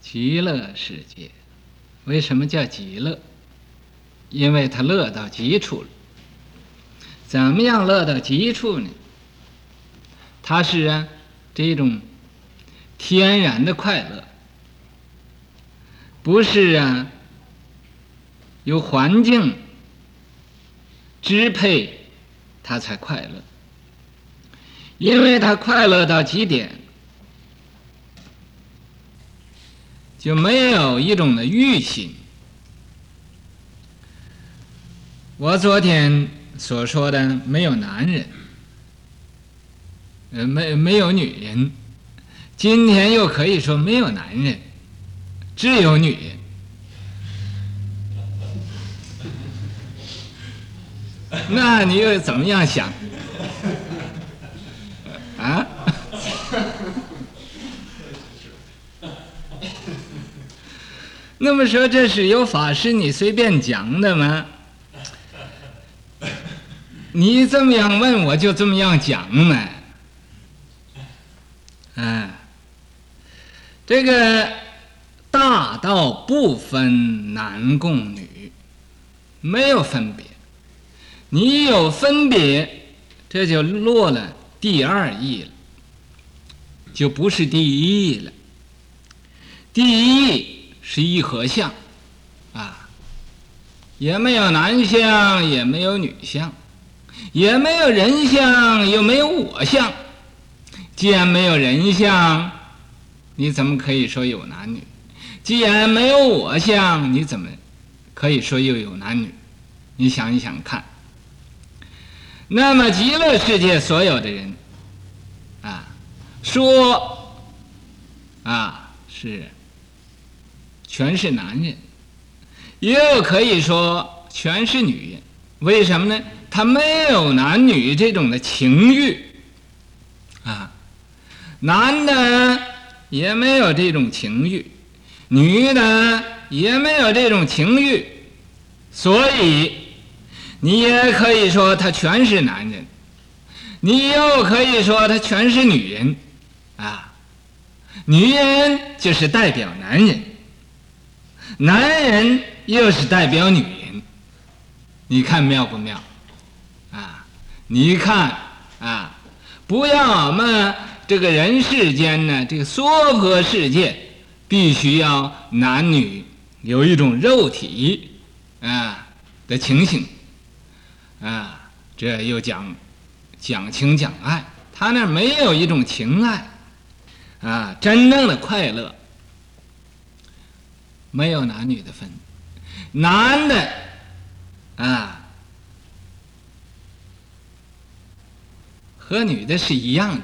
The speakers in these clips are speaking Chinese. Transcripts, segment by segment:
极乐世界。为什么叫极乐？因为它乐到极处了。怎么样乐到极处呢？它是这种天然的快乐，不是由环境支配它才快乐。因为它快乐到极点，就没有一种的欲心。我昨天所说的没有男人，没有女人，今天又可以说没有男人，只有女人。那你又怎么样想？啊？那么说这是有法师你随便讲的吗？你这么样问我就这么样讲嘛。这个大道不分男共女，没有分别。你有分别，这就落了第二义了，就不是第一义了。第一义是一合相也没有男相，也没有女相，也没有人相，又没有我相。既然没有人相，你怎么可以说有男女？既然没有我相，你怎么可以说又有男女？你想一想看。那么极乐世界所有的人说是全是男人，也有可以说全是女人。为什么呢？他没有男女这种的情欲男的也没有这种情欲，女的也没有这种情欲，所以你也可以说他全是男人，你又可以说他全是女人女人就是代表男人，男人又是代表女人。你看妙不妙你看不要我们这个人世间呢，这个娑婆世界必须要男女有一种肉体的情形这又讲情讲爱，他那没有一种情爱真正的快乐没有男女的分，男的和女的是一样的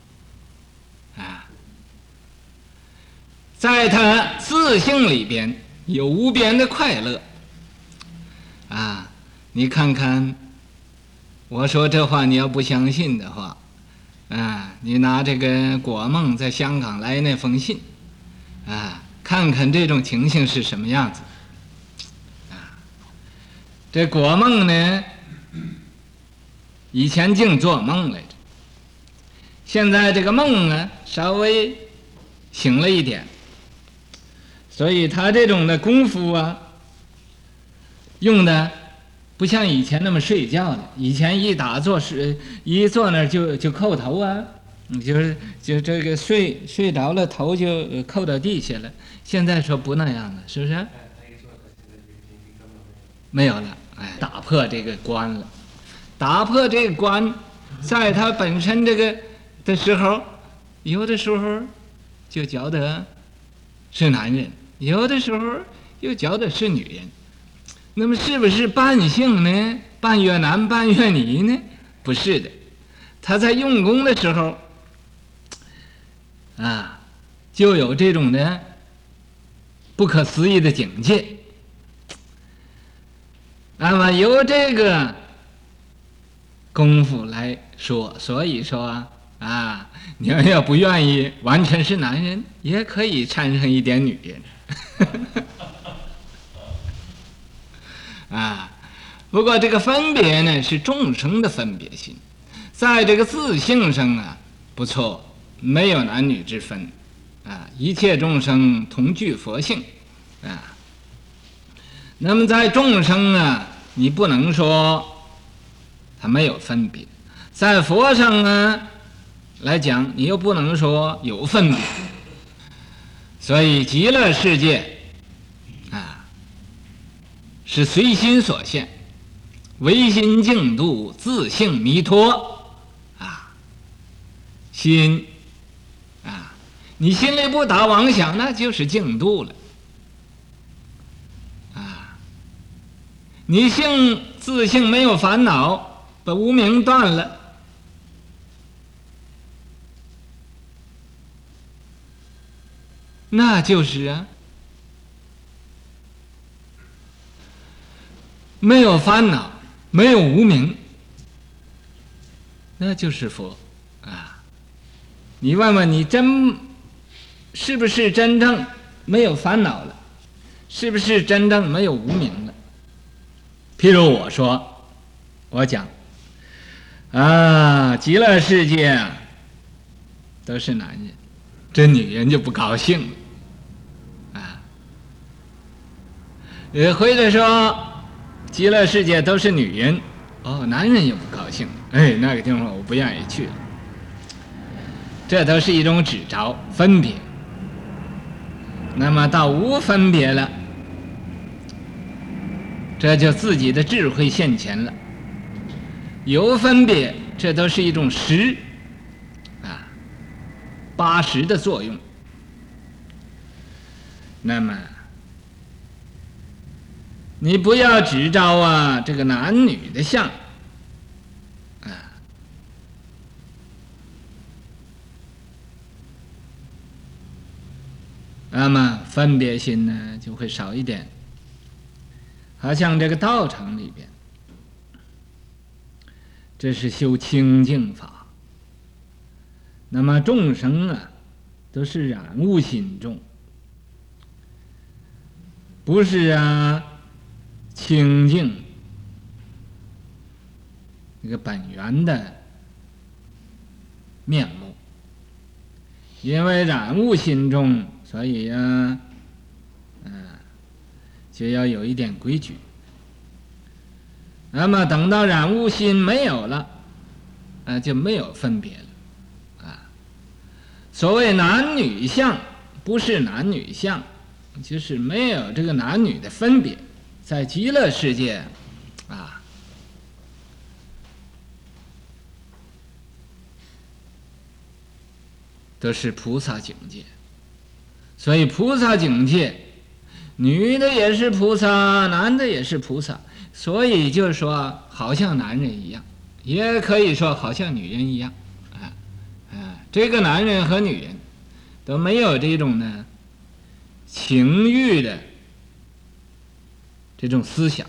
在他自性里边有无边的快乐你看看，我说这话你要不相信的话你拿这个果梦在香港来那封信看看这种情形是什么样子这果梦呢，以前净做梦来着，现在这个梦稍微醒了一点，所以他这种的功夫用的不像以前那么睡觉的。以前一坐那儿就叩头就这个睡着了，头就扣到地下了。现在说不那样了，是不是？没有了，打破这个关了，打破这个关，在他本身这个的时候，有的时候就觉得是男人，有的时候又觉得是女人。那么是不是半性呢？半月男半月女呢？不是的，他在用功的时候就有这种的不可思议的境界。那么由这个功夫来说，所以说你要不愿意完全是男人，也可以掺上一点女人不过这个分别呢，是众生的分别心，在这个自性上不错，没有男女之分一切众生同具佛性啊。那么在众生啊，你不能说它没有分别；在佛上啊来讲，你又不能说有分别。所以极乐世界是随心所现，唯心净度，自性弥陀心你心里不打妄想，那就是净度了你自性没有烦恼，把无明断了，那就是没有烦恼，没有无明，那就是佛你问问你是不是真正没有烦恼了？是不是真正没有无明了？譬如我讲极乐世界都是男人，这女人就不高兴了或者说极乐世界都是女人，男人也不高兴，那个地方我不愿意去了。这都是一种执着分别。那么到无分别了，这就自己的智慧现前了。有分别，这都是一种识八识的作用。那么你不要只照这个男女的相那么分别心呢就会少一点。好像这个道场里边，这是修清净法。那么众生都是染污心重，不是清净那个本源的面目。因为染污心重，所以就要有一点规矩。那么等到染污心没有了就没有分别了所谓男女相，不是男女相，就是没有这个男女的分别。在极乐世界都是菩萨境界。所以菩萨境界，女的也是菩萨，男的也是菩萨。所以就是说好像男人一样，也可以说好像女人一样这个男人和女人都没有这种呢情欲的这种思想。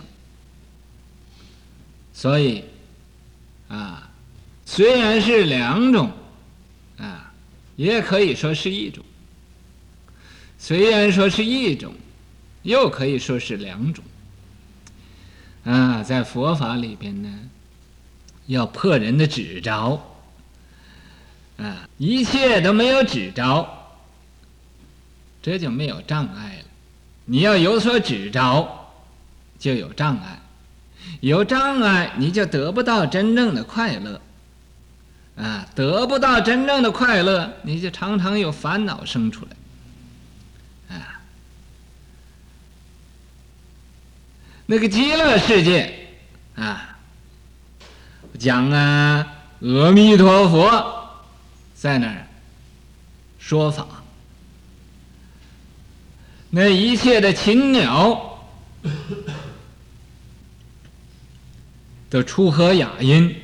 所以虽然是两种也可以说是一种。虽然说是一种，又可以说是两种在佛法里边呢，要破人的执着一切都没有执着，这就没有障碍了。你要有所执着，就有障碍，有障碍你就得不到真正的快乐得不到真正的快乐，你就常常有烦恼生出来那个极乐世界讲阿弥陀佛在那儿说法，那一切的禽鸟都出和雅音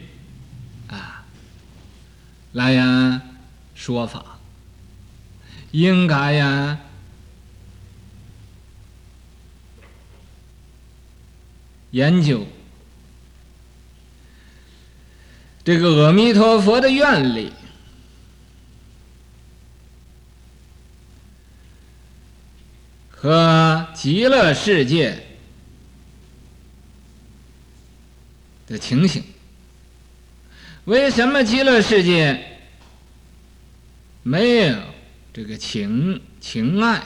来说法，应该研究这个阿弥陀佛的愿力，和极乐世界的情形。为什么极乐世界没有这个情爱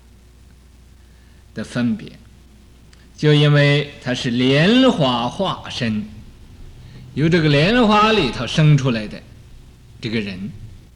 的分别，就因为它是莲花化身，由这个莲花里头生出来的这个人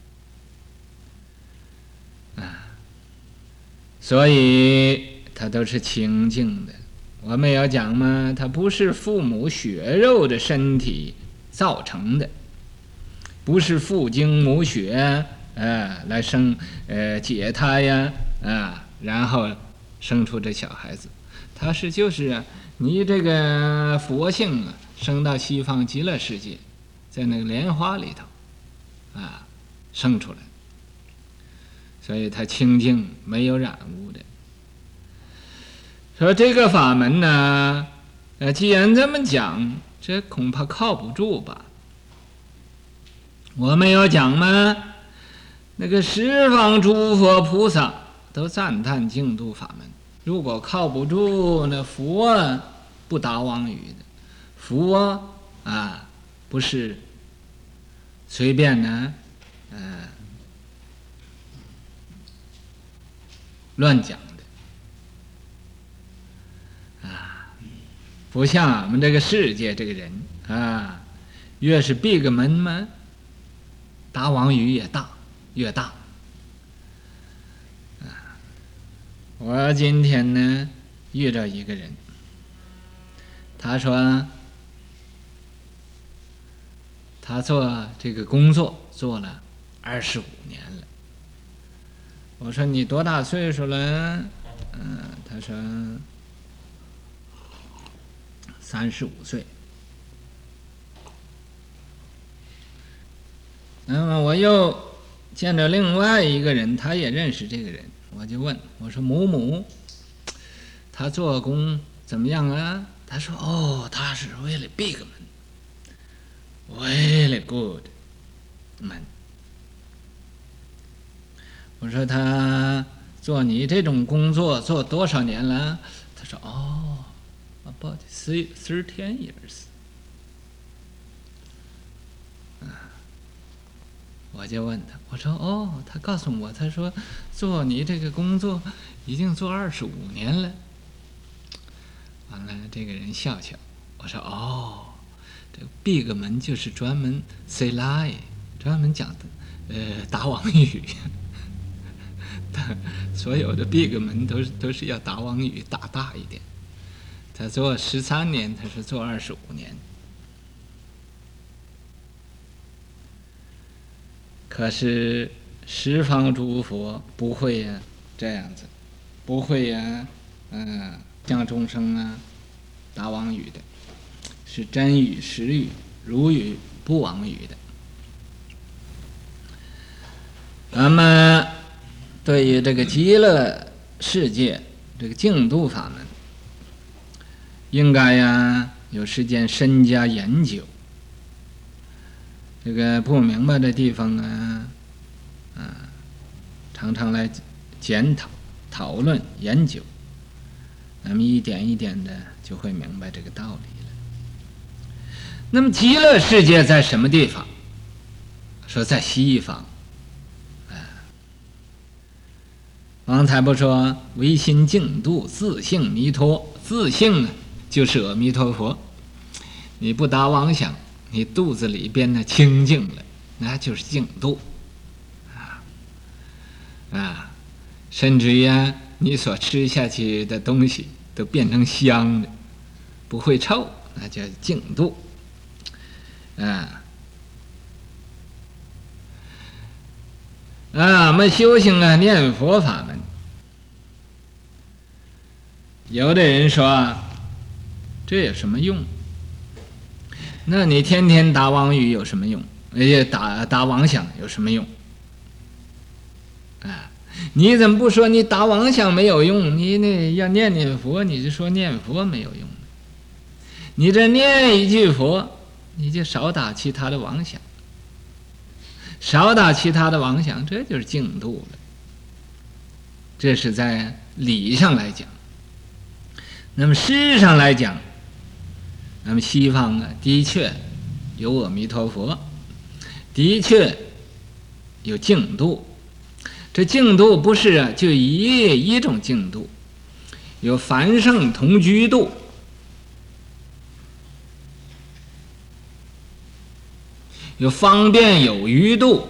啊，所以它都是清净的。我们要讲嘛，它不是父母血肉的身体造成的，不是父精母血来解它呀然后生出这小孩子，它是就是你这个佛性生到西方极乐世界，在那个莲花里头生出来，所以它清净没有染污的。说这个法门呢，既然这么讲，这恐怕靠不住吧。我们要讲吗？那个十方诸佛菩萨都赞叹净土法门，如果靠不住，那佛不打妄语的，佛不是随便呢乱讲的不像我们这个世界这个人越是闭个门嘛，打妄语越大我今天呢遇到一个人，他说他做这个工作做了25年了。我说你多大岁数了？他说35岁。那么我又见着另外一个人，他也认识这个人，我就问我说某某他做工怎么样啊？他说他是为了 big 门，为了 good 门。我说他做你这种工作做多少年了？他说about 13 years。我就问他，我说他告诉我，他说做你这个工作已经做25年了。完了，这个人笑笑，我说这个 big 门就是专门 say lie， 专门讲的打妄语。所有的 big 门都是要打妄语，打大一点。他做13年，他是做25年。可是十方诸佛不会这样子，不会将众生打妄语的，是真语实语如语不妄语的。那么对于这个极乐世界这个净土法门，应该有时间深加研究。这个不明白的地方常常来检讨、讨论、研究，那么一点一点的就会明白这个道理了。那么极乐世界在什么地方？说在西方。方才不说唯心净土，自性弥陀，自性就是阿弥陀佛。你不打妄想，你肚子里边清净了，那就是净土甚至于你所吃下去的东西都变成香的，不会臭，那叫净土我们修行念佛法门，有的人说这有什么用？那你天天打妄语有什么用？而且打妄想有什么用？你怎么不说你打妄想没有用？你要念佛，你就说念佛没有用。你这念一句佛，你就少打其他的妄想，少打其他的妄想，这就是净土了。这是在理上来讲。那么事上来讲，那么西方的确有阿弥陀佛，的确有净土， 这净度不是就一种净度，有凡圣同居度，有方便有余度，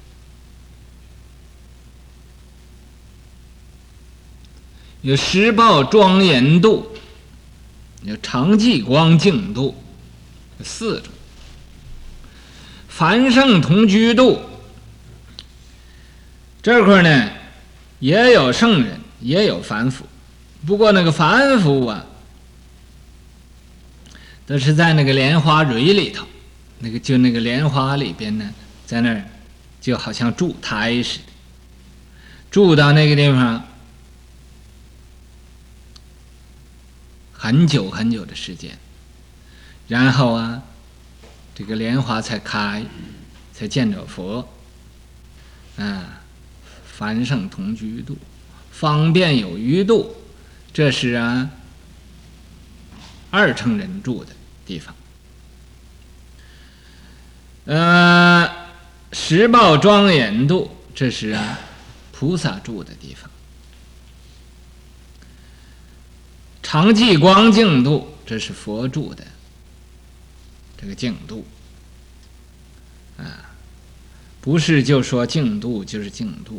有实报庄严度，有常寂光净度，有4种。凡圣同居度这块呢，也有圣人，也有凡夫。不过那个凡夫啊，都是在那个莲花蕊里头，那个莲花里边呢，在那儿就好像住胎似的，住到那个地方很久很久的时间，然后啊，这个莲花才开，才见着佛啊。凡圣同居度，方便有余度，这是啊2乘人住的地方。实报庄严度，这是啊菩萨住的地方。常寂光净度，这是佛住的这个净度啊，不是就说净度就是净度。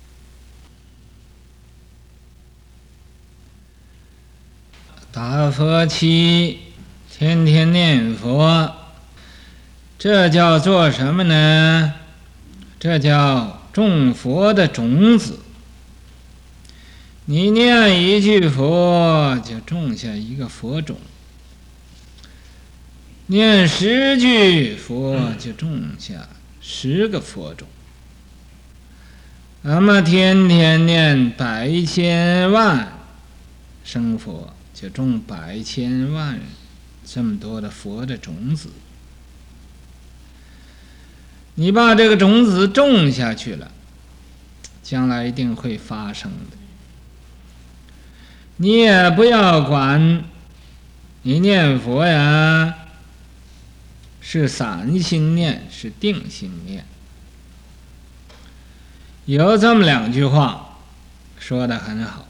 打佛七，天天念佛，这叫做什么呢？这叫种佛的种子。你念一句佛，就种下一个佛种；念10句佛，就种下10个佛种。那么天天念100千万生佛，就种100千万这么多的佛的种子。你把这个种子种下去了，将来一定会发生的。你也不要管你念佛呀，是散心念是定心念。有这么2句话说得很好。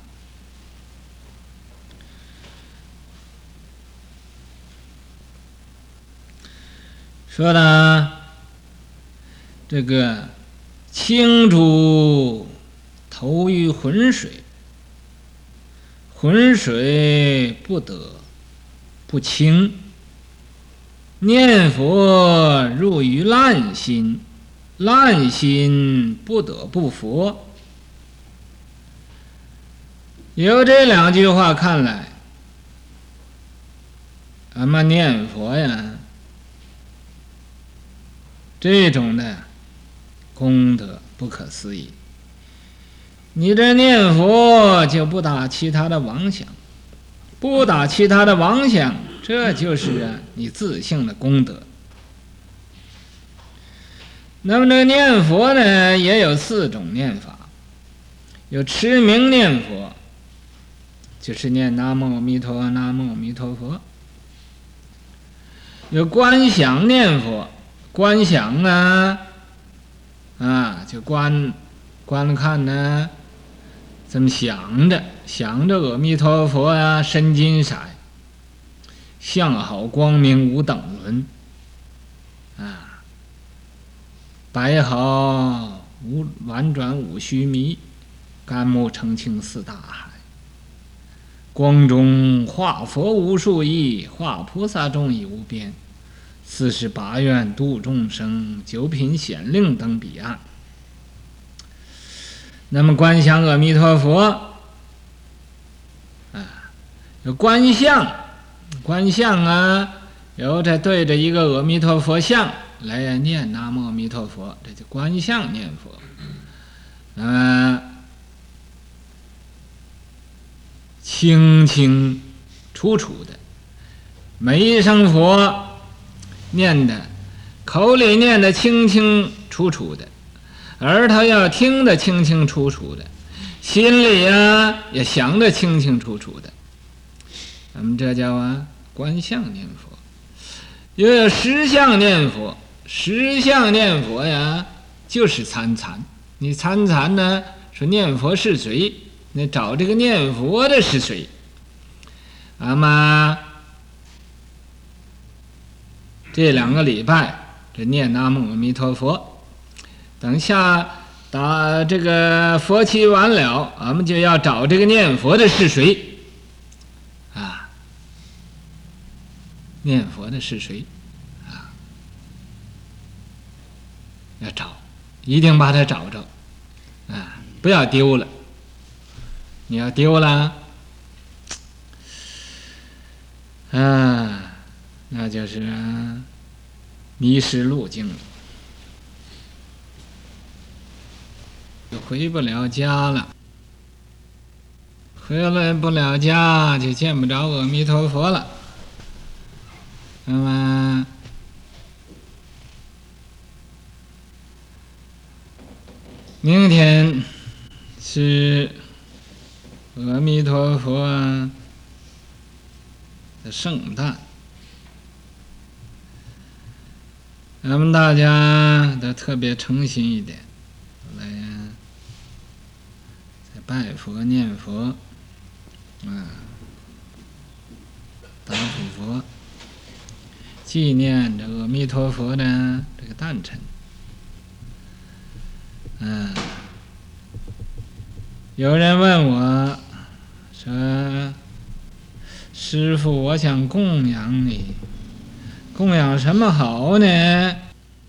说的这个清珠投于浑水，浑水不得不清；念佛入于烂心，烂心不得不佛。由这2句话看来，俺们念佛呀，这种的功德不可思议。你这念佛就不打其他的妄想，不打其他的妄想，这就是你自性的功德。那么这个念佛呢，也有4种念法。有持名念佛，就是念南无阿弥陀佛，南无阿弥陀佛。有观想念佛，观想就观看呢，这么想着阿弥陀佛呀，身金色，相好光明无等伦白毫婉转无须弥，甘木澄清似大海。光中化佛无数亿，化菩萨众已无边。48愿度众生，九品显令登彼岸。那么观想阿弥陀佛有观相有这对着一个阿弥陀佛像来念南无阿弥陀佛，这就观相念佛。清清楚楚的，每一声佛念的，口里念的清清楚楚的，耳朵要听得清清楚楚的，心里也想得清清楚楚的。咱们这叫观相念佛。又有实相念佛，实相念佛呀，就是参禅。你参禅呢， 说念佛是谁？那找这个念佛的是谁？那么这2个礼拜，这念南无阿弥陀佛。等下打这个佛期完了，我们就要找这个念佛的是谁啊？念佛的是谁啊？要找，一定把它找着啊！不要丢了。你要丢了，那就是迷失路径了，就回不了家了。回来不了家，就见不着阿弥陀佛了。那么明天是阿弥陀佛的圣诞，咱们大家都特别诚心一点，来再拜佛念佛，打普佛，纪念这阿弥陀佛的这个诞辰。有人问我说：“师父，我想供养你，供养什么好呢？”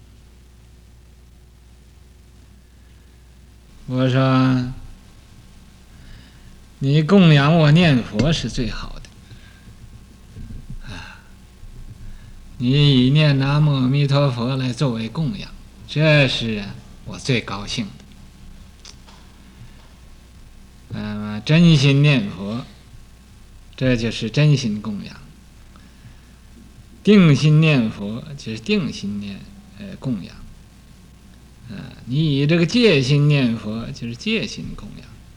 我说：“你供养我念佛是最好的。你以念南无阿弥陀佛来作为供养，这是我最高兴的。真心念佛，这就是真心供养；定心念佛，就是定心供养。你以这个戒心念佛，就是戒心供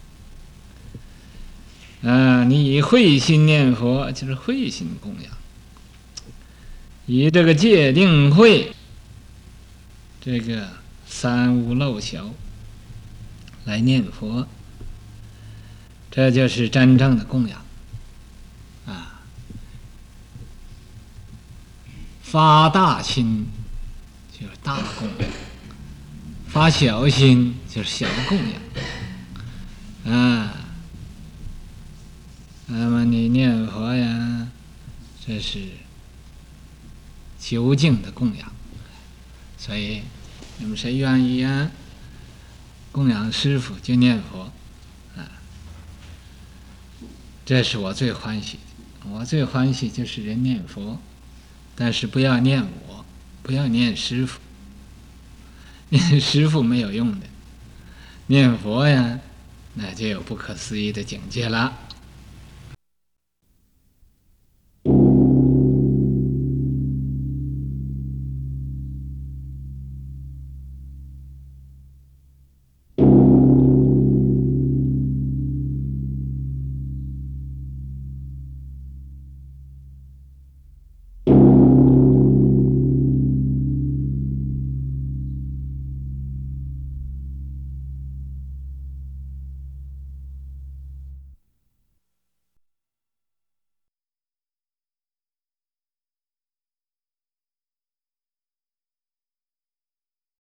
养。你以慧心念佛，就是慧心供养。以这个戒定慧，这个三无漏晓来念佛，这就是真正的供养。发大心就是大供养，发小心就是小供养。那么你念佛呀，这是究竟的供养。所以你们谁愿意供养师父就念佛，这是我最欢喜的。我最欢喜就是人念佛，但是不要念我，不要念师父。念师父没有用的，念佛呀，那就有不可思议的境界了。